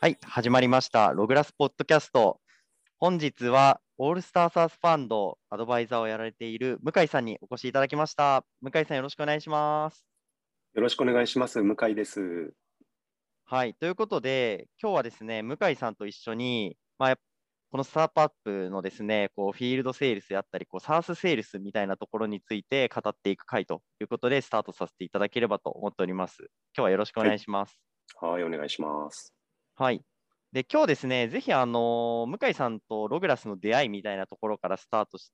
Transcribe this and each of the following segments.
はい、始まりました。ログラスポッドキャスト。本日はオールスターサースファンドアドバイザーをやられている向井さんにお越しいただきました。向井さん、よろしくお願いします。 よろしくお願いします。向井です。 はい、ということで、今日はですね、向井さんと一緒に、このスタートアップのですね、フィールドセールスであったり、サースセールスみたいなところについて語っていく回ということで、スタートさせていただければと思っております。今日はよろしくおはい。 願いします。 はい、お願いします。 はい。で、今日ですね、ぜひ、向井さんとログラスの出会いみたいなところからスタートして、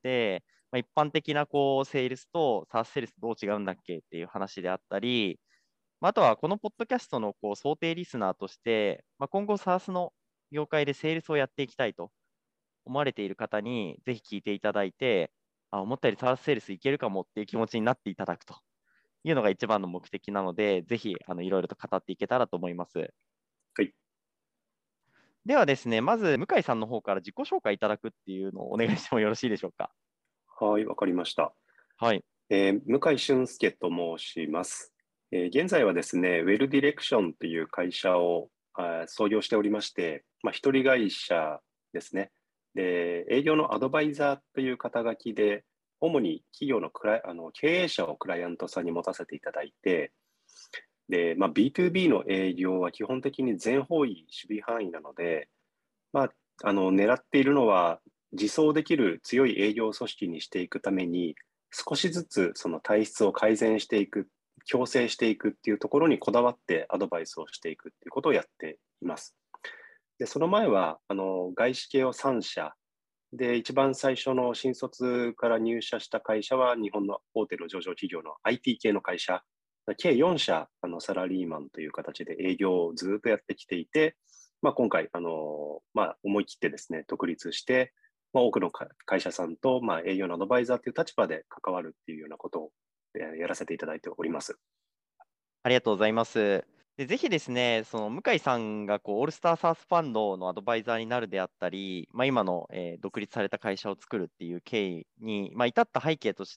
一般的な、セールスとサースセールスどう違うんだっけっていう話であったり、あとは、このポッドキャストの、想定リスナーとして、今後、サースの業界でセールスをやっていきたいと思われている方に、ぜひ聞いていただいて、思ったよりサースセールスいけるかもっていう気持ちになっていただくというのが一番の目的なので、ぜひ、いろいろと語っていけたらと思います。 はい。 ではですね、まず向井さんの方から自己紹介いただくっていうのをお願いしてもよろしいでしょうか。 はい、わかりました。 はい。 向井俊介と申します。現在はですね、ウェルディレクションという会社を創業しておりまして、一人会社ですね。で、営業のアドバイザーという肩書きで、主に企業の経営者をクライアントさんに持たせていただいて、で、B2B の営業は基本的に全方位守備範囲なので、狙っているのは、自走できる強い営業組織にしていくために、少しずつその体質を改善していく、矯正していくっていうところにこだわってアドバイスをしていくっていうことをやっています。で、その前は、外資系を3社、で、一番最初の新卒から入社した会社は、日本の大手の上場企業の IT 系の会社、計4社、サラリーマンという形で営業をずっとやってきていて、今回、思い切ってですね、独立して、多くの会社さんと、営業のアドバイザーという立場で関わるっていうようなことを、やらせていただいております。 ありがとうございます。で、ぜひですね、その向井さんがオールスターサースファンドのアドバイザーになるであったり、今の、独立された会社を作るっていう経緯に、至った背景として、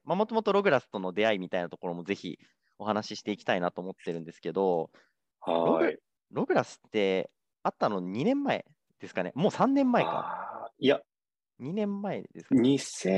もともとログラスとの出会いみたいなところもぜひお話ししていきたいなと思ってるんですけど、ログ、 はい。 ログラスってあったの2年前ですかね。もう3年前か。 いや、 2年前ですかね。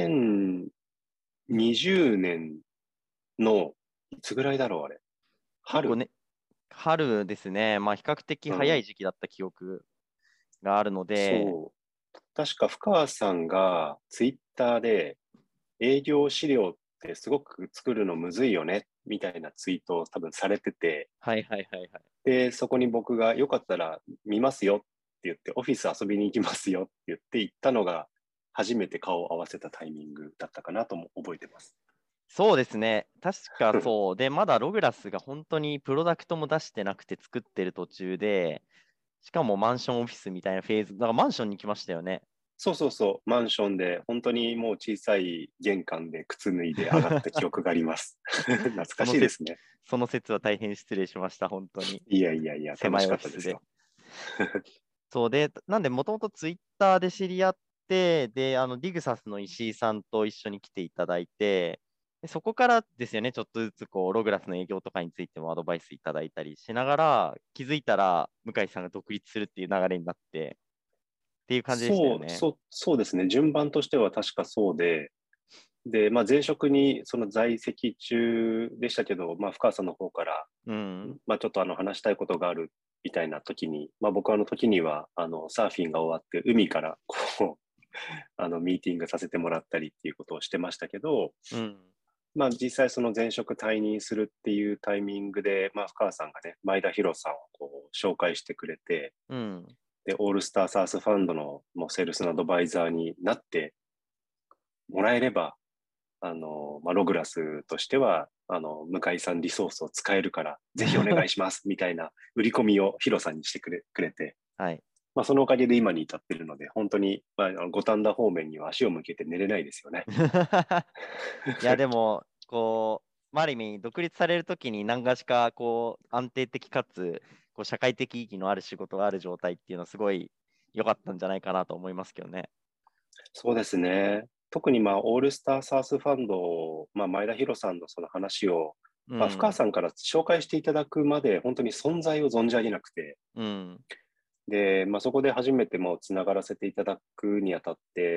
2020年の、いつぐらいだろう、あれ。春。 結構ね、春ですね。比較的うん。 早い時期だった記憶があるので、 そう。確か深川さんがツイッターで営業資料ってすごく作るのむずいよね、みたいなツイートを多分されてて、 はいはいはいはい。 で、そこに僕がよかったら見ますよって言って、オフィス遊びに行きますよって言って行ったのが初めて顔を合わせたタイミングだったかなとも覚えてます。 そうですね。確かそう。で、まだログラスが本当にプロダクトも出してなくて作ってる途中で、しかもマンションオフィスみたいなフェーズ、だからマンションに来ましたよね。 そうそうそう、マンションで本当にもう小さい玄関で靴脱いで上がった記憶があります。懐かその説、 しいですね。 その説は大変失礼しました。本当に。 いやいやいや、楽し狭いオフィスで。 かったですよ。 そうで、なんで、もともとツイッターで知り合って、で、ディグサスの石井さんと一緒に来ていただいて、でそこからですよね、ちょっとずつログラスの営業とかについてもアドバイスいただいたりしながら、気づいたら、向井さんが独立するっていう流れになって、っていう感じでしたよね。 そうですね。順番としては確かそうで、で、前職にその在籍中でしたけど、深川さんの方から、 うん。 ちょっと話したいことがあるみたいな時に、僕は時には、サーフィンが終わって海からミーティングさせてもらったりっていうことをしてましたけど、 うん。 実際その前職退任するっていうタイミングで、深川さんがね、前田博さんを紹介してくれて、 うん。 で、オールスターサースファンドのもうセールスのアドバイザーになってもらえれば、ログラスとしては、向井さんリソースを使えるから、ぜひお願いします、みたいな売り込みをヒロさんにしてくれて、 はい。 そのおかげで今に至っているので、本当に、五反田方面には足を向けて寝れないですよね。 いや、でも、ある意味、独立されるときに何がしか、安定的かつ、社会的意義のある仕事がある状態っていうのは、すごい良かったんじゃないかなと思いますけどね。 そうですね。特にオールスターサースファンド、前田博さんのその話を、深川うん。 さんから紹介していただくまで、本当に存在を存じ上げなくて、 うん。 で、そこで初めてもうつながらせていただくにあたって、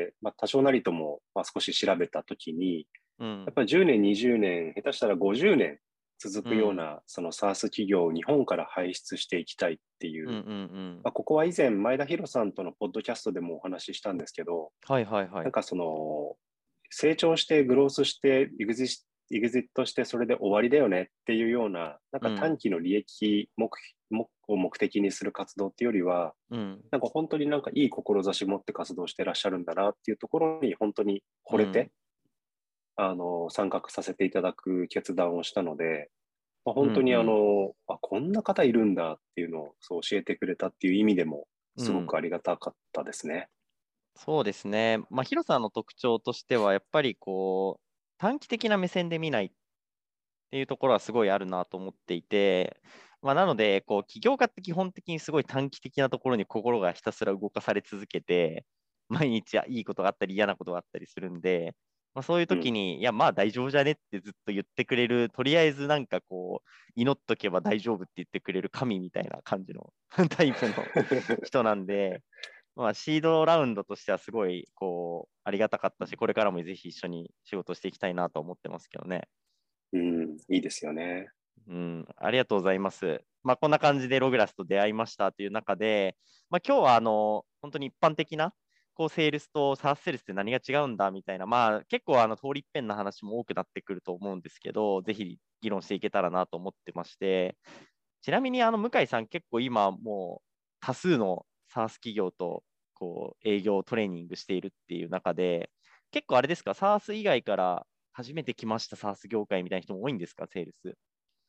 多少なりとも少し調べたときに、 うん。 やっぱり10年、20年、下手したら50年続くよううん。 なその SaaS 企業を日本から輩出していきたいっていうん。うう、 ん。 ここは以前、前田博さんとのポッドキャストでもお話ししたんですけど、 はいはいはい。 なんかその、成長してグロースしてエグジットしてそれで終わりだよねっていうような、なんかうん。 短期の利益を目的にする活動っていうよりは、 うん。 なんか本当になんかいい志持って活動してらっしゃるんだなっていうところに本当に惚れて、 うん。 参画させていただく決断をしたので、 うん。 本当にうん。 こんな方いるんだっていうのをそう教えてくれたっていう意味でも、すごうん。 くありがたかったですね。 そうですね。ヒロさんの特徴としては、やっぱりこう、短期的な目線で見ないっていうところはすごいあるなと思っていて、なので、こう、起業家って基本的にすごい短期的なところに心がひたすら動かされ続けて、毎日いいことがあったり嫌なことがあったりするんで、そういううん。 時に、いや、まあ大丈夫じゃねってずっと言ってくれる、とりあえずなんかこう、祈っとけば大丈夫って言ってくれる神みたいな感じのタイプの人なんで、シードラウンドとしてはすごい、こう、ありがたかったし、これからもぜひ一緒に仕事していきたいなと思ってますけどね。 うん、いいですよね。 うん、ありがとうございます。こんな感じでログラスと出会いましたという中で、今日は本当に一般的なこうセールスとサースセールスって何が違うんだみたいな、結構通り一遍な話も多くなってくると思うんですけど、ぜひ議論していけたらなと思ってまして、ちなみに向井さん結構今もう多数のサース企業とこう営業トレーニングしているっていう中で、結構あれですか、サース以外から初めて来ましたサース業界みたいな人も多いんですか、セールス。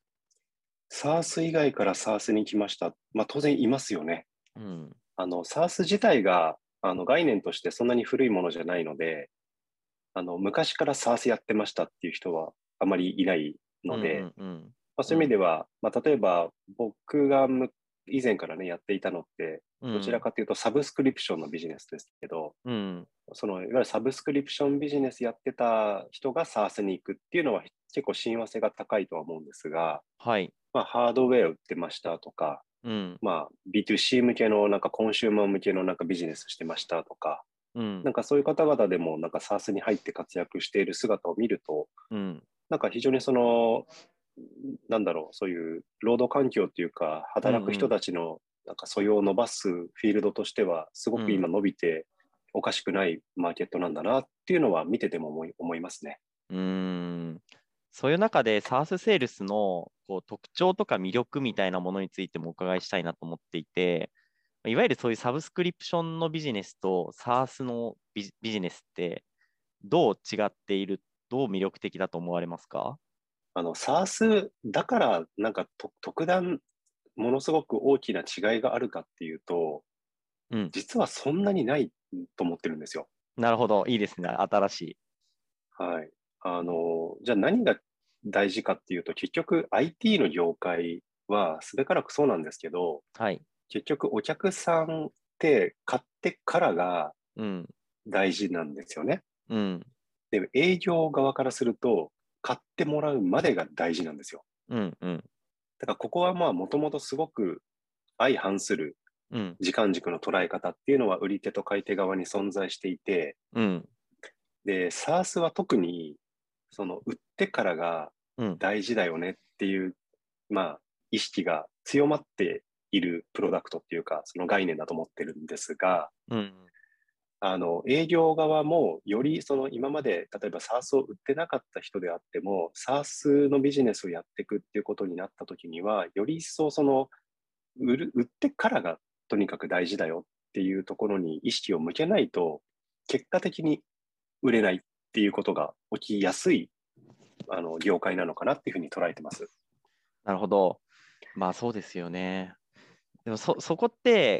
SaaS 以外から SaaS に来ました。当然いますよね。 うん。 SaaS 自体が概念としてそんなに古いものじゃないので、昔から SaaS やってましたっていう人はあまりいないうんので、 うんうん。 そういう意味でうん。 は、例えば僕が以前からね、やっていたのって、どちらうん。 かというとサブスクリプションのビジネスですけど、 うん。 いわゆるサブスクリプションビジネスやってた人が SaaS に行くっていうのは結構親和性が高いとは思うんですが、 はい。 ハードウェア売ってましたとか、 うん。 B2C 向けのなんかコンシューマー向けのなんかビジネスしてましたとか、 うん。 なんかそういう方々でもなんか SaaS に入って活躍している姿を見ると、 うん。 なんか非常になんだろう、そういう労働環境っていうか、 うん。 働く人うん。 たちのなんか素養を伸ばすフィールドとしては、すごく今うん。 伸びておかしくないマーケットなんだなっていうのは見てても思いますね。 うーん。そういう中で SaaS セールスのこう特徴とか魅力みたいなものについてもお伺いしたいなと思っていて、いわゆるそういうサブスクリプションのビジネスと SaaS のビジネスってどう違っている、どう魅力的だと思われますか？ SaaS だからなんか特段ものすごく大きな違いがあるかっていうと、 うん。 実はそんなにないと思ってるんですよ。 なるほど。いいですね。新しい。 はい。じゃあ何が大事かっていうと、結局 IT の業界はすべからくそうなんですけど、 はい。 結局お客さんって買ってからがうん。 大事なんですよね。 うん。 で、営業側からすると、買ってもらうまでが大事なんですよ。 うん。うん。 だからここはもともとすごく相反するうん。 時間軸の捉え方っていうのは売り手と買い手側に存在していて、 うん。 で、SaaS は特にその売ってからがうん。 大事だよねっていう、意識が強まっているプロダクトっていうか、その概念だと思ってるんですが、 うん。 営業側もよりその今まで例えば SaaS を売ってなかった人であっても、SaaS のビジネスをやっていくっていうことになった時には、より一層その売ってからがとにかく大事だよっていうところに意識を向けないと、結果的に売れないっていうことが起きやすい業界なのかなっていうふうに捉えてます。 なるほど。そうですよね。でもそこって、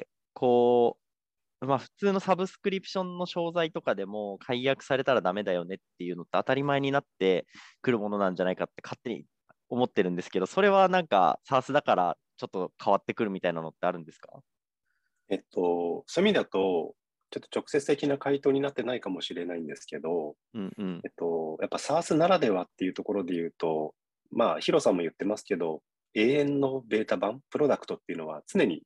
こ普通のサブスクリプションの商材とかでも解約されたらダメだよねっていうのって当たり前になってくるものなんじゃないかって勝手に思ってるんですけど、それはなんか SaaS だからちょっと変わってくるみたいなのってあるんですか？ そういう意味だと、ちょっと直接的な回答になってないかもしれないんですけど、 うんうん。 やっぱ SaaS ならではっていうところで言うと、ヒロさんも言ってますけど、永遠のベータ版、プロダクトっていうのは常に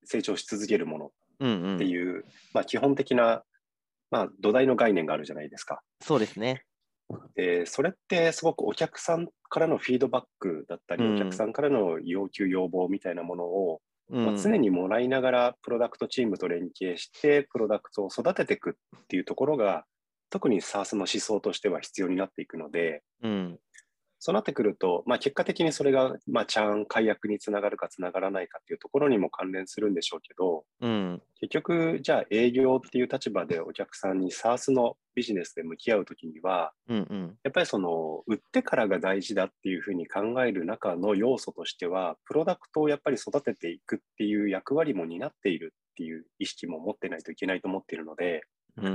成長し続けるものっうんうん。 ていう、基本的な、土台の概念があるじゃないですか。 そうですね。 で、それってすごくお客さんからのフィードバックだったり、お客うん。 さんからの要求、要望みたいなものを、 うん。 常にもらいながら、プロダクトチームと連携して、プロダクトを育てていくっていうところが、特に SaaS の思想としては必要になっていくので、 うん。 そうなってくると、結果的にそれが、チャーン、解約につながるかつながらないかっていうところにも関連するんでしょうけど、 うん。 結局、じゃあ営業っていう立場でお客さんに SaaS のビジネスで向き合うときには、 うん。うん。 やっぱりその、売ってからが大事だっていうふうに考える中の要素としては、プロダクトをやっぱり育てていくっていう役割も担っているっていう意識も持ってないといけないと思っているので、 うん。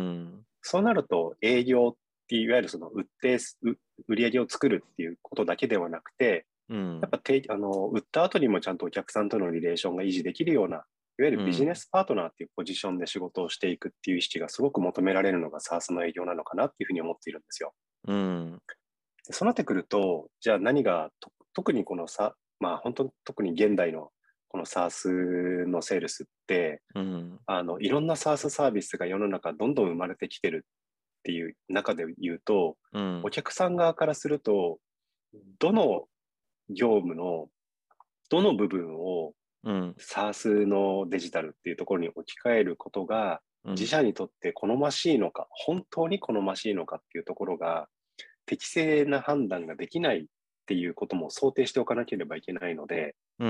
そうなると営業っていう、いわゆるその売り上げを作るっていうことだけではなくて、 うん。 やっぱ売った後にもちゃんとお客さんとのリレーションが維持できるような、いわゆるビジネスパートナーっていうポジションで仕事をしていくっていう意識がすごく求められるのが SaaS の営業なのかなっていうふうに思っているんですよ。 うん。 そうなってくると、じゃあ何が特にこの本当に特に現代のこの SaaS のセールスって、 うん。 いろんな SaaS サービスが世の中どんどん生まれてきてるっていう中で言うと、 うん。 お客さん側からすると、どの業務のどの部分をうん。 SaaS のデジタルっていうところに置き換えることが自うん。 社にとって好ましいのか、本当に好ましいのかっていうところが適正な判断ができないっていうことも想定しておかなければいけないので、 うん。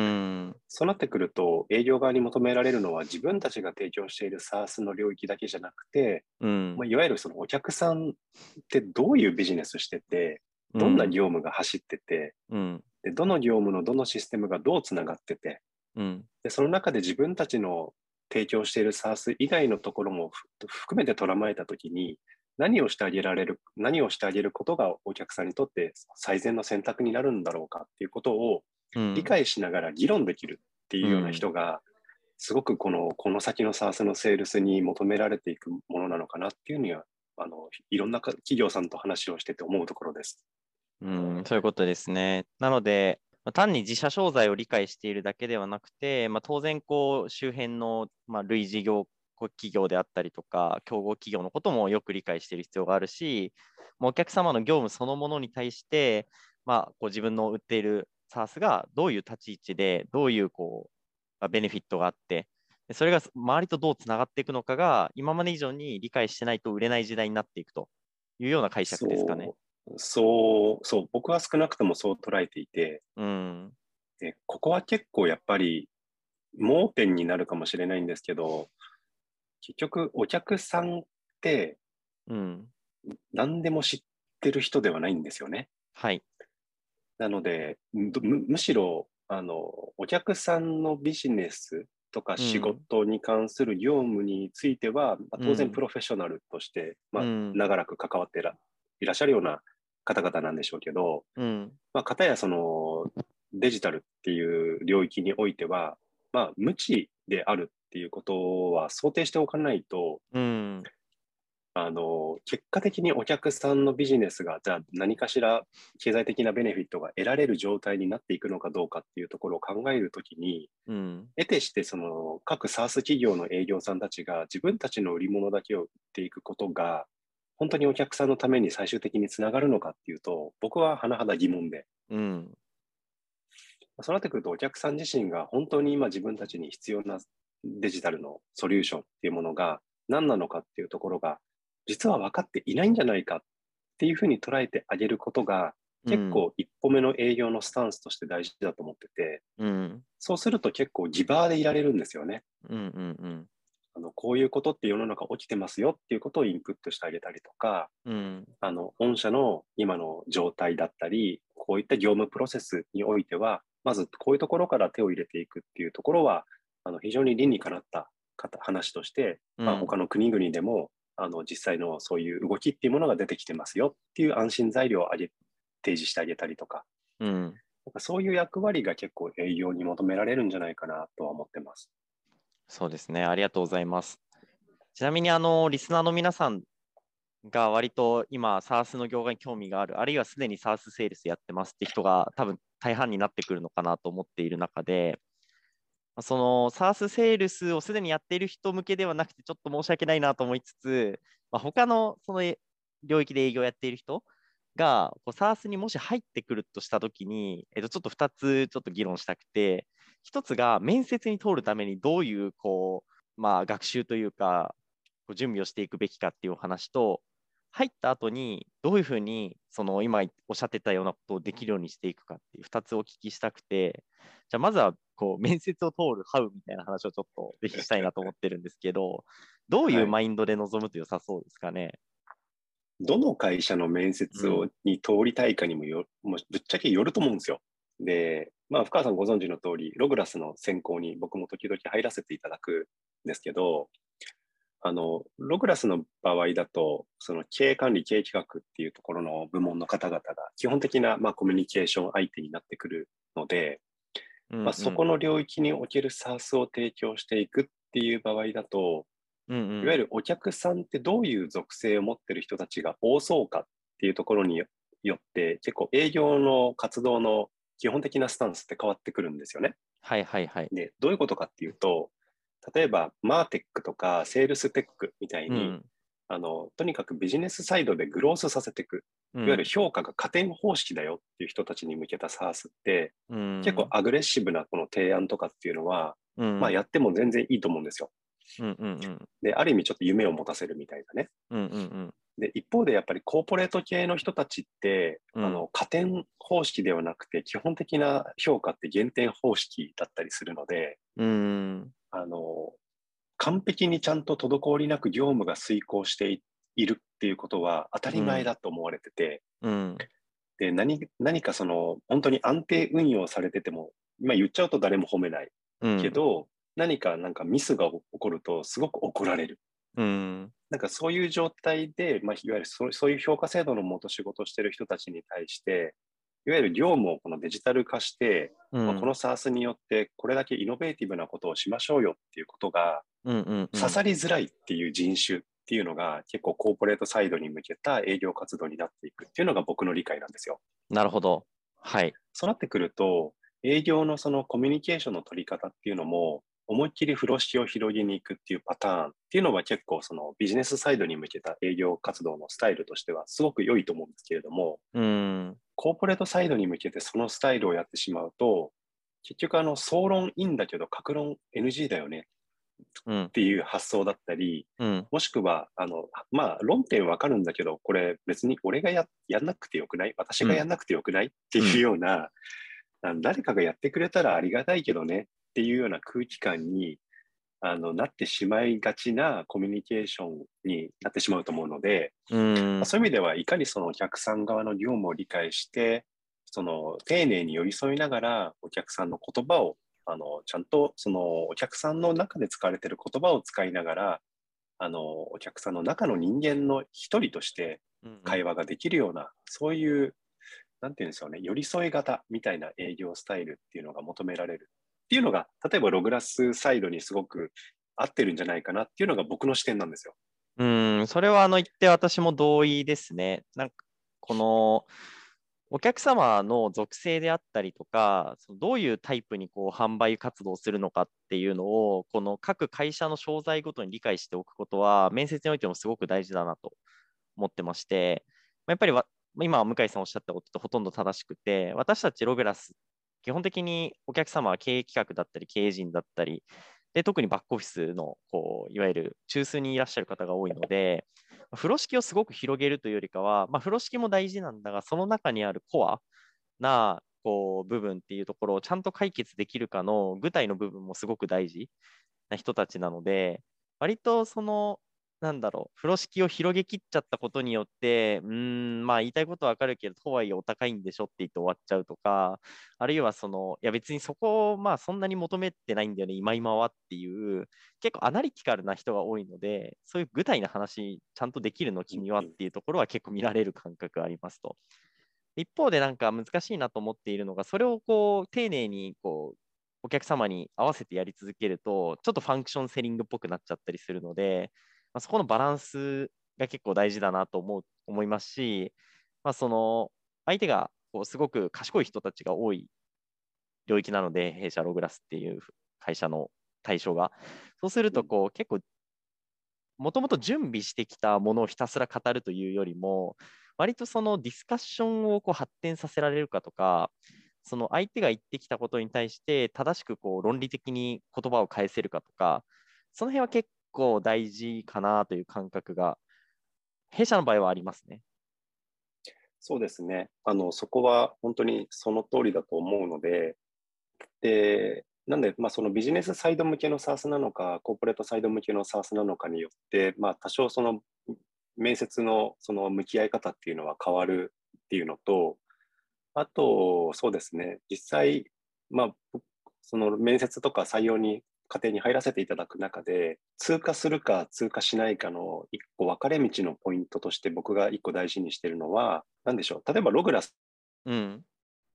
そうなってくると営業側に求められるのは自分たちが提供している SaaS の領域だけじゃなくて、 うん。 いわゆるそのお客さんってどういうビジネスしてて、どんなうん。 業務が走ってて、 うん。 でどの業務のどのシステムがどうつながってて、 うん。 でその中で自分たちの提供している SaaS 以外のところも含めて捉まえたときに、何をしてあげることがお客さんにとって最善の選択になるんだろうかっていうことを理解しながら議論できるっていうようなうん。 人が、すごくこの先の SaaS のセールスに求められていくものなのかなっていうには、いろんな企業さんと話をしてて思うところです。 うん、そういうことですね。なので、単に自社商材を理解しているだけではなくて、当然周辺の、類似業企業であったりとか、競合企業のこともよく理解している必要があるし、お客様の業務そのものに対して、自分の売っている SaaS がどういう立ち位置で、どういうベネフィットがあって、それが周りとどうつながっていくのかが、今まで以上に理解してないと売れない時代になっていくというような解釈ですかね。 そう、僕は少なくともそう捉えていて、 うん。 で、ここは結構やっぱり盲点になるかもしれないんですけど、結局お客さんってうん。 何でも知ってる人ではないんですよね。 はい。 なので、むしろ、お客さんのビジネスとか仕うん。 事に関する業務については、当然プうん。 ロフェッショナルとして、 うん。 長らく関わっていらっしゃるような方々なんでしょうけど、 うん。 片やそのデジタルっていう領域においては、無知であるっていうことは想定しておかないと、 うん。 結果的にお客さんのビジネスが、じゃあ何かしら経済的なベネフィットが得られる状態になっていくのかどうかっていうところを考えるときに、 うん。 得てしてその各 SaaS 企業の営業さんたちが自分たちの売り物だけを売っていくことが、本当にお客さんのために最終的につながるのかっていうと、僕は甚だ疑問で、 うん。 そうなってくるとお客さん自身が本当に今自分たちに必要なデジタルのソリューションっていうものが何なのかっていうところが実は分かっていないんじゃないかっていうふうに捉えてあげることが結うん。 構一歩目の営業のスタンスとして大事だと思ってて、 うん。 そうすると結構ギバーでいられるんですよね。 うん。うん。 こういうことって世の中起きてますよっていうことをインプットしてあげたりとか、 うん。 御社の今の状態だったり、こういった業務プロセスにおいては、まずこういうところから手を入れていくっていうところは、非常に理にかなった話として、 うん。 他の国々でも、実際のそういう動きっていうものが出てきてますよっていう安心材料を提示してあげたりとか、 うん。 なんかそういう役割が結構営業に求められるんじゃないかなとは思ってます。 そうですね。ありがとうございます。ちなみに、リスナーの皆さんが割と今、SaaS の業界に興味がある、あるいはすでに SaaS セールスやってますって人が多分大半になってくるのかなと思っている中で、 その SaaS セールスをすでにやっている人向けではなくて、ちょっと申し訳ないなと思いつつ、他のその領域で営業をやっている人が、SaaS にもし入ってくるとしたときに、ちょっと2つちょっと議論したくて、1つが面接に通るためにどういう、学習というか、準備をしていくべきかっていうお話と、入った後にどういうふうに、その今おっしゃってたようなことをできるようにしていくかっていう2つお聞きしたくて、じゃあまずは面接を通るハウみたいな話をちょっとぜひしたいなと思ってるんですけど、どういうはい。 マインドで臨むと良さそうですかね。 どの会社の面接うん。 に通りたいかにもうぶっちゃけよると思うんですよ。で、まあ、深川さんご存知の通り、ログラスの選考に僕も時々入らせていただくんですけど、ログラスの場合だと、その経営管理、経営企画っていうところの部門の方々が基本的な、まあ、コミュニケーション相手になってくるので、まあ、 うんうん。 そこの領域における SaaS を提供していくっていう場合だと、 うんうん。 いわゆるお客さんってどういう属性を持ってる人たちが多そうかっていうところによって、結構営業の活動の基本的なスタンスって変わってくるんですよね。 はいはいはい。 で、どういうことかっていうと、例えば、マーテックとかセールステックみたいに、 うん。 とにかくビジネスサイドでグロースさせていく、いわゆるうん。 評価が加点方式だよっていう人たちに向けた SaaS って、 う結構ん。 アグレッシブなこの提案とかっていうのは、まあうん。 やっても全然いいと思うんですよ。 うんうんうん。 で、ある意味ちょっと夢を持たせるみたいなね。 うんうんうん。 で、一方でやっぱりコーポレート系の人たちって、 うん。 加点方式ではなくて、基本的な評価って減点方式だったりするので、 うん。 あの、完璧にちゃんと滞りなく業務が遂行しているっていうことは当たり前うん。 だと思われてて、 うん。 で、何かその、本当に安定運用されてても、まあ言っちゃうと誰も褒めないうん。 けど、何かなんかミスが起こるとすごく怒られる。 うん。 なんかそういう状態で、まあ、いわゆるそういう評価制度のもと仕事している人たちに対して、いわゆる業務をこのデジタル化して、まあ、このうん。 SaaS によってこれだけイノベーティブなことをしましょうよっていうことがうんうんうん。 刺さりづらいっていう人種っていうのが結構コーポレートサイドに向けた営業活動になっていくっていうのが僕の理解なんですよ。 なるほど。はい。 そうなってくると、営業のそのコミュニケーションの取り方っていうのも、思いっきり風呂敷を広げに行くっていうパターンっていうのは結構そのビジネスサイドに向けた営業活動のスタイルとしてはすごく良いと思うんですけれども、 うん。 コーポレートサイドに向けてそのスタイルをやってしまうと、結局総論いいんだけど格論 NG だよねうん。 っていう発想だったり、 うん。 もしくは、まあ、論点わかるんだけど、これ別に俺がやんなくてよくない私うん。 がやんなくてよくないっていううん。 ような、誰かがやってくれたらありがたいけどねっていうような空気感になってしまいがちなコミュニケーションになってしまうと思うので、 うん。 そういう意味ではいかにそのお客さん側の業務を理解して、その丁寧に寄り添いながらお客さんの言葉をちゃんとそのお客さんの中で使われている言葉を使いながら、お客さんの中の人間の一人としてうん。 会話ができるような、そういうなんていうんですよね、寄り添い型みたいな営業スタイルっていうのが求められるっていうのが、例えばログラスサイドにすごく合ってるんじゃないかなっていうのが僕の視点なんですよ。 うん、それは言って私も同意ですね。なんか、この、お客様の属性であったりとか、そのどういうタイプに販売活動をするのかっていうのを、この各会社の商材ごとに理解しておくことは、面接においてもすごく大事だなと思ってまして、やっぱり今、向井さんおっしゃったことってほとんど正しくて、私たちログラス、基本的にお客様は経営企画だったり、経営陣だったり、で、特にバックオフィスの、いわゆる中枢にいらっしゃる方が多いので、風呂敷をすごく広げるというよりかは、風呂敷も大事なんだが、その中にあるコアな、部分っていうところをちゃんと解決できるかの具体の部分もすごく大事な人たちなので、割と風呂敷を広げきっちゃったことによって、言いたいことはわかるけど、とはいえお高いんでしょって言って終わっちゃうとか、あるいはいや別にそこをそんなに求めてないんだよね、今はっていう、結構アナリティカルな人が多いので、そういう具体な話、ちゃんとできるの君はっうんうん、 ていうところは結構見られる感覚がありますと。一方で難しいなと思っているのが、それを丁寧にお客様に合わせてやり続けると、ちょっとファンクションセリングっぽくなっちゃったりするので、そこのバランスが結構大事だなと思いますし、相手がすごく賢い人たちが多い領域なので、弊社ログラスっていう会社の対象が。そうするとこう、結構、もともと準備してきたものをひたすら語るというよりも、割とそのディスカッションをこう発展させられるかとか、その相手が言ってきたことに対して正しくこう論理的に言葉を返せるかとか、その辺は結構大事かなという感覚が、弊社の場合はありますね。 そうですね。そこは本当にその通りだと思うので、で、なんで、まあ、そのビジネスサイド向けの SaaS なのか、コーポレートサイド向けの SaaS なのかによって、まあ、多少その面接のその向き合い方っていうのは変わるっていうのと、あと、そうですね、実際、まあ、その面接とか採用に、過程に入らせていただく中で、通過するか通過しないかの一個分かれ道のポイントとして僕が一個大事にしているのは、何でしょう、例えばログラスうん。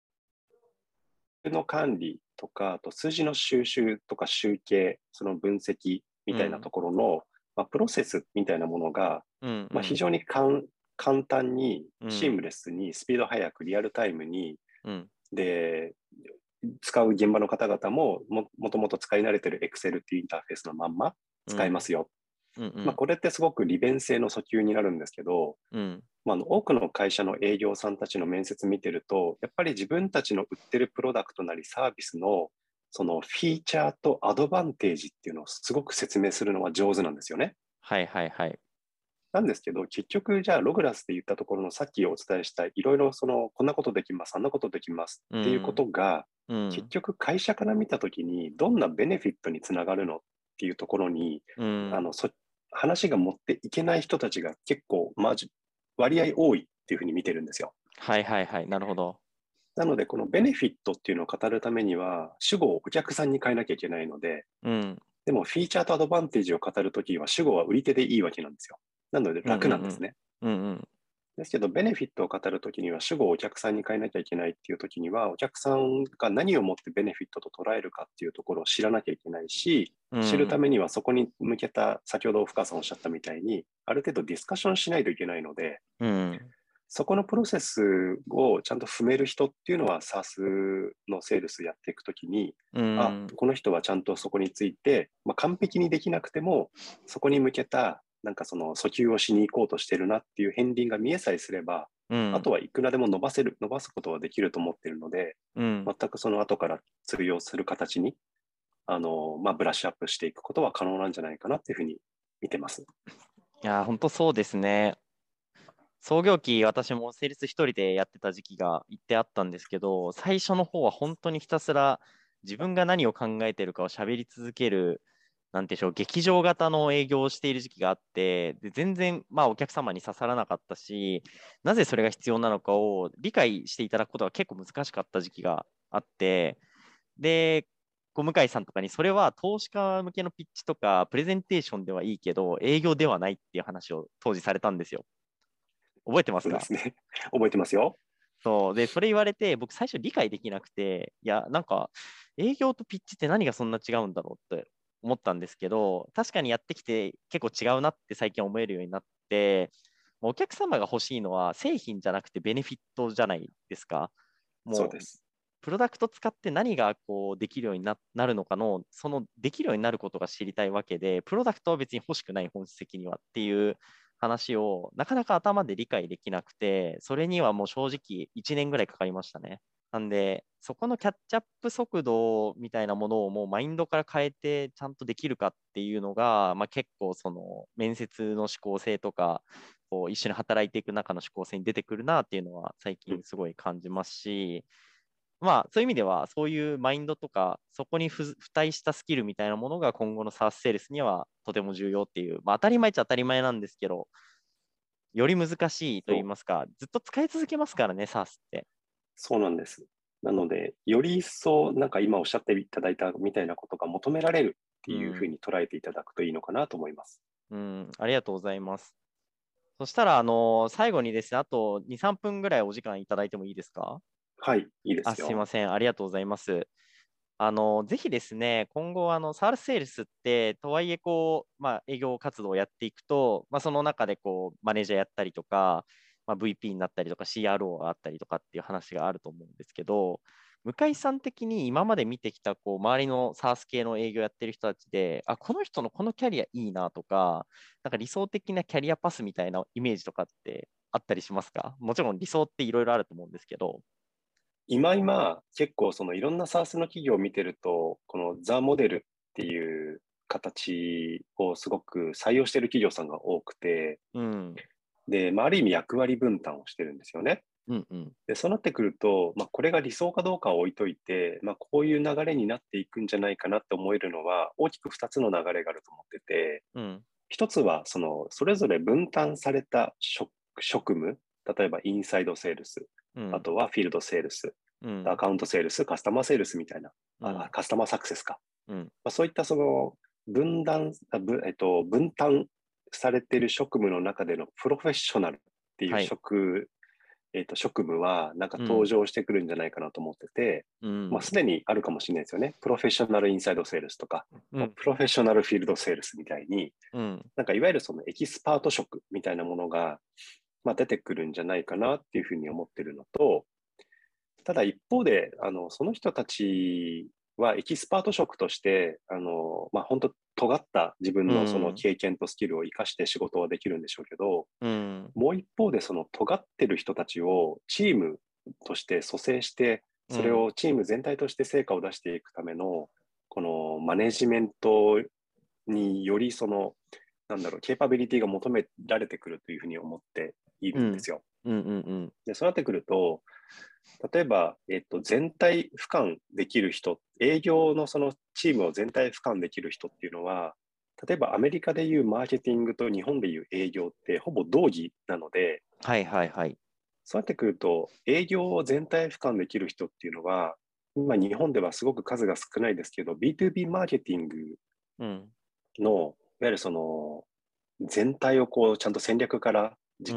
の管理とか、あと数字の収集とか集計、その分析みうん。 たいなところの、まあ、プロセスみたいなものが、 うん。うまあ、非ん。 常に簡単に、 うん。 シームレスに、スピード速く、リアルタイムに、 うん。 で、使う現場の方々ももともと使い慣れてる Excel っていうインターフェースのまんまうん。 使えますよ。 うん。うまあ、 ん。 これってすごく利便性の訴求になるんですけど、 うん。 まあ、多くの会社の営業さんたちの面接見てると、やっぱり自分たちの売ってるプロダクトなりサービスのそのフィーチャーとアドバンテージっていうのをすごく説明するのは上手なんですよね。 はいはいはい。 なんですけど、結局、じゃあ、ログラスで言ったところのさっきお伝えした、いろいろこんなことできます、あんなことできますっていうこうん。 とが、 うん。 結局、会社から見たときに、どんなベネフィットにつながるのっていうところに、 うん。 あのそ話が持っていけない人たちが結構、割合多いっていうふうに見てるんですよ。 はいはいはい。なるほど。 なので、このベネフィットっていうのを語るためには、主語をお客さんに変えなきゃいけないので、 うん。 でもフィーチャーとアドバンテージを語るときは、主語は売り手でいいわけなんですよ。なのでうんうんうん。 楽なんですね。 うんうん。 ですけど、ベネフィットを語るときには、主語をお客さんに変えなきゃいけないっていうときには、お客さんが何をもってベネフィットと捉えるかっていうところを知らなきゃいけないし、知るたうん。 めにはそこに向けた、先ほど深さんおっしゃったみたいに、ある程度ディスカッションしないといけないので、 うん。 そこのプロセスをちゃんと踏める人っていうのは、SaaS のセールスやっていくときに、 うあ、 ん。 この人はちゃんとそこについて、まあ、完璧にできなくても、そこに向けた、なんかその訴求をしに行こうとしてるなっていう片鱗が見えさえすれば、 うん。 あとはいくらでも伸ばすことはできると思っているので、 うん。 全くその後から通用する形に、まあ、ブラッシュアップしていくことは可能なんじゃないかなっていうふうに見てます。 いや、本当そうですね。創業期、私もセールス一人でやってた時期が一定あったんですけど、最初の方は本当にひたすら自分が何を考えてるかを喋り続ける、なんていうんでしょう、劇場型の営業をしている時期があって、で全然、まあ、お客様に刺さらなかったし、なぜそれが必要なのかを理解していただくことが結構難しかった時期があって、で、向井さんとかに、それは投資家向けのピッチとか、プレゼンテーションではいいけど、営業ではないっていう話を当時されたんですよ。覚えてますか？ そうですね。覚えてますよ。 そう。で、それ言われて、僕最初理解できなくて、いや、なんか、営業とピッチって何がそんな違うんだろうって思ったんですけど、確かにやってきて結構違うなって最近思えるようになって、お客様が欲しいのは製品じゃなくてベネフィットじゃないですか。もう、 そうです。 プロダクト使って何がこうできるようになるのかの、そのできるようになることが知りたいわけで、プロダクトは別に欲しくない本質的にはっていう話をなかなか頭で理解できなくて、それにはもう正直1年ぐらいかかりましたね。なんで、そこのキャッチアップ速度みたいなものをもうマインドから変えてちゃんとできるかっていうのが、まあ、結構その面接の思考性とか、こう一緒に働いていく中の思考性に出てくるなっていうのは最うん、 近すごい感じますし、まあそういう意味ではそういうマインドとか、そこに付帯したスキルみたいなものが今後の SaaS セールスにはとても重要っていう、まあ当たり前っちゃ当たり前なんですけど、より難しいと言いそうますか、ずっと使い続けますからね、SaaS って。 そうなんです。なので、より一層、なんか今おっしゃっていただいたみたいなことが求められるっていうふううん。 に捉えていただくといいのかなと思います。 うん。ありがとうございます。そしたら、最後にですね、あと2、3分ぐらいお時間いただいてもいいですか？ はい、いいであ、 すよ。 すいません。ありがとうございます。ぜひですね、今後、サールスセールスって、とはいえ、こう、まあ、営業活動をやっていくと、まあ、その中で、こう、マネージャーやったりとか、まあ、VP になったりとか、CRO があったりとかっていう話があると思うんですけど、 向井さん的に今まで見てきたこう周りの SaaS 系の営業やってる人たちで、あ、この人のこのキャリアいいなとか、なんか理想的なキャリアパスみたいなイメージとかってあったりしますか？もちろん理想っていろいろあると思うんですけど。 今、結構そのいろんな SaaS の企業を見てると、このザ・モデルっていう形をすごく採用している企業さんが多くて、 うん、 で、ある意味役割分担をしてるんですよね。 うん、うん、 で、そうなってくると、これが理想かどうかは置いといて、こういう流れになっていくんじゃないかなって思えるのは、大きく2つの流れがあると思ってて、 うん、 一つは、それぞれ分担された職務、例えばインサイドセールス、 うん、 あとはフィールドセールス、 うん、 アカウントセールス、カスタマーセールスみたいな、 うん、 カスタマーサクセスか。 うん、 そういったその分断、分担されている職務の中でのプロフェッショナルっていうはい、 職務はなんかうん、 登場してくるんじゃないかなと思ってて、 うん、 すでにあるかもしれないですよね。プロフェッショナルインサイドセールスとか、 うん、 プロフェッショナルフィールドセールスみたいに、 うん、 なんかいわゆるそのエキスパート職みたいなものが、出てくるんじゃないかなっていうふうに思ってるのと、ただ一方で、その人たちはエキスパート職として、本当尖った自分うのそのん、 経験とスキルを生かして仕事はできるんでしょうけど、 うん、 もう一方でその尖ってる人たちをチームとして蘇生して、それうん、 をチーム全体として成果を出していくための、このマネジメントによりケーパビリティが求められてくるというふうに思っていうん、 るんですよ。 うん、うん、 で、そうなってくると、例えば、全体俯瞰できる人、営業のそのチームを全体俯瞰できる人っていうのは、例えばアメリカでいうマーケティングと日本でいう営業ってほぼ同義なので、 はいはいはい。 そうなってくると、営業を全体俯瞰できる人っていうのは、今日本ではすごく数が少ないですけど、B2B マーケティングうん、 の、いわゆるその全体をこうちゃんと戦略からうん。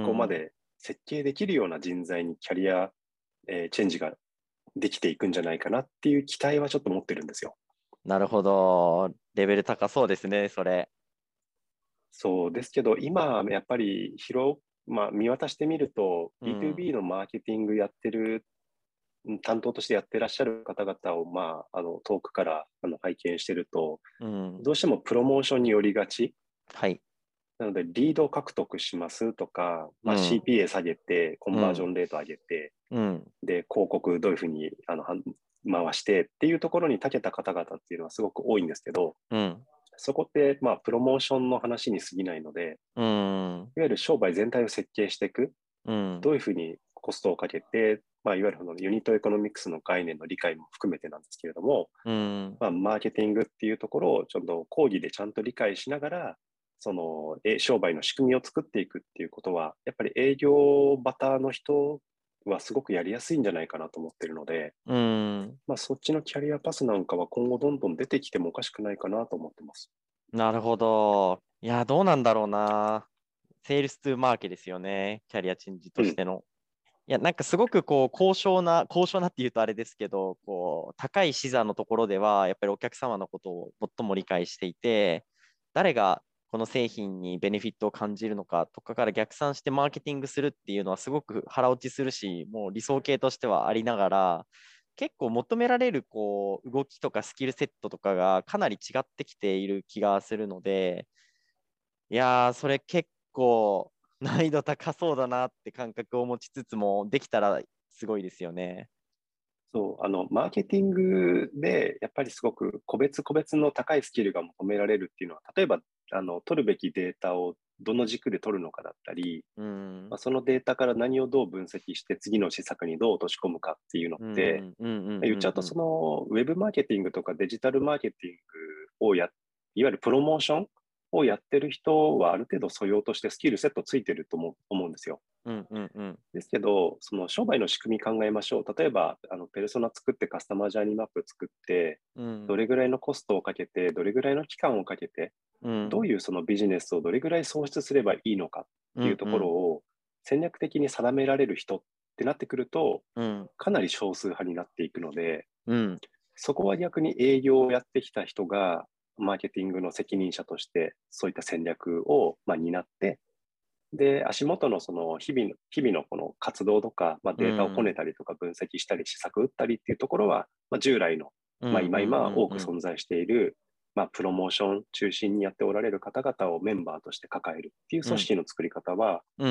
実行まで設計できるような人材にキャリア、チェンジができていくんじゃないかなっていう期待はちょっと持ってるんですよ。 なるほど。レベル高そうですね、それ。 そうですけど、今やっぱり見渡してみると、 うん、 B2B のマーケティングやってる担当としてやってらっしゃる方々を、遠くから拝見してると、 うん。 どうしてもプロモーションによりがち。 はい。 なので、リードを獲得しますとか、 うん、 CPA 下げて、コンバージョうん、 ンレート上げて、 うん、 で、広告どういうふうに回してっていうところに長けた方々っていうのはすごく多いんですけど、 うん、 そこって、プロモーションの話に過ぎないので、 うん、 いわゆる商売全体を設計していく、 うん、 どういうふうにコストをかけて、いわゆるそのユニットエコノミクスの概念の理解も含めてなんですけれども、 うん。 マーケティングっていうところをちょっと講義でちゃんと理解しながら、商売の仕組みを作っていくっていうことは、やっぱり営業バターの人はすごくやりやすいんじゃないかなと思ってるので、 うん。 そっちのキャリアパスなんかは今後どんどん出てきてもおかしくないかなと思ってます。 なるほど。いや、どうなんだろうな。セールストゥーマーケですよね。キャリアチェンジうん。 としての。いや、なんかすごくこう、高尚なっていうとあれですけど、こう、高い視座のところでは、やっぱりお客様のことを最も理解していて、誰がこの製品にベネフィットを感じるのかとかから逆算してマーケティングするっていうのはすごく腹落ちするし、もう理想形としてはありながら、結構求められるこう動きとかスキルセットとかがかなり違ってきている気がするので、いやー、それ結構難易度高そうだなって感覚を持ちつつも、できたらすごいですよね。 そう、マーケティングで、やっぱりすごく個別個別の高いスキルが求められるっていうのは、例えば、取るべきデータをどの軸で取るのかだったり、 うん。 そのデータから何をどう分析して次の施策にどう落とし込むかっていうのっうんて、 うんうんうん言っちゃうとうんうん。 ウェブマーケティングとかデジタルマーケティングいわゆるプロモーションをやってる人はある程度素養としてスキルセットついてると思うんですよ。 うんうんうん。 ですけど、その商売の仕組み考えましょう。例えば、ペルソナ作ってカスタマージャーニーマップ作って、どうんれぐらいのコストをかけて、どれぐらいの期間をかけて、 うんどういうそのビジネスをどれぐらい創出すればいいのかっていうところうんを戦略的に定められる人ってなってくると、 うんかなり少数派になっていくので、 うんそこは逆に営業をやってきた人が、マーケティングの責任者として、そういった戦略を、担って、 で、足元のその日々のこの活動とか、 うデータをこねん。 たりとか分析したり、施策打ったりっていうところは、従来の、 うんうん今うんうん。 多く存在している、プロモーション中心にやっておられる方々をメンバーとして抱えるっていううん。 組織の作り方は、 うん。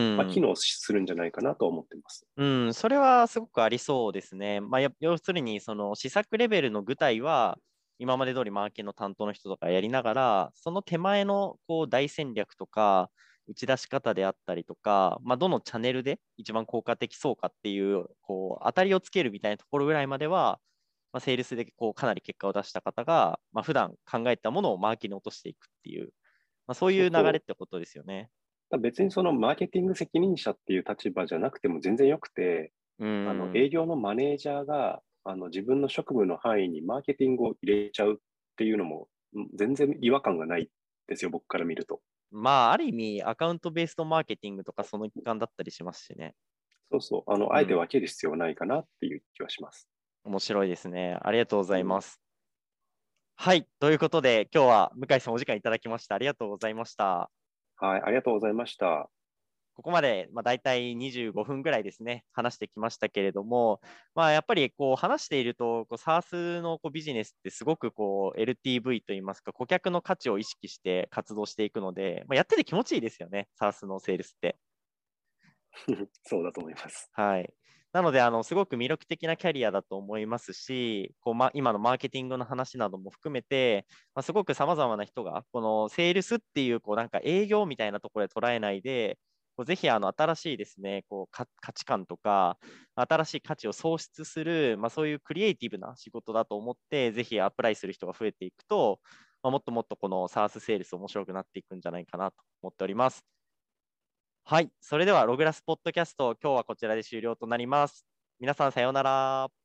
機能するんじゃないかなと思っています。 うん、それはすごくありそうですね。要するに、その施策レベルの具体は、今まで通りマーケの担当の人とかやりながら、その手前のこう大戦略とか、打ち出し方であったりとか、どのチャンネルで一番効果的そうかっていう、こう、当たりをつけるみたいなところぐらいまでは、セールスでこうかなり結果を出した方が、普段考えたものをマーケに落としていくっていう、そういう流れそうそってことですよね。 う。別にそのマーケティング責任者っていう立場じゃなくても全然よくて、 うん。 営業のマネージャーが、自分の職務の範囲にマーケティングを入れちゃうっていうのも、全然違和感がないですよ、僕から見ると。 ある意味、アカウントベースドマーケティングとかその一環だったりしますしね。 そうそう、あえてうん。 分ける必要はないかなっていう気はします。 面白いですね。ありがとうござうん。 います。はい。ということで、今日は向井さんお時間いただきました。ありがとうございました。 はい、ありがとうございました。 ここまで、大体25分ぐらいですね、話してきましたけれども、やっぱりこう話していると、SaaS のビジネスってすごくLTV といいますか、顧客の価値を意識して活動していくので、やってて気持ちいいですよね、SaaS のセールスって。 そうだと思います。 はい。なので、すごく魅力的なキャリアだと思いますし、今のマーケティングの話なども含めて、すごく様々な人が、このセールスっていう、なんか営業みたいなところで捉えないで、ぜひ、新しいですね、価値観とか、新しい価値を創出する、そういうクリエイティブな仕事だと思って、ぜひアプライする人が増えていくと、もっともっとこの SaaS セールス面白くなっていくんじゃないかなと思っております。はい。それでは、ログラスポッドキャスト、今日はこちらで終了となります。皆さん、さようなら。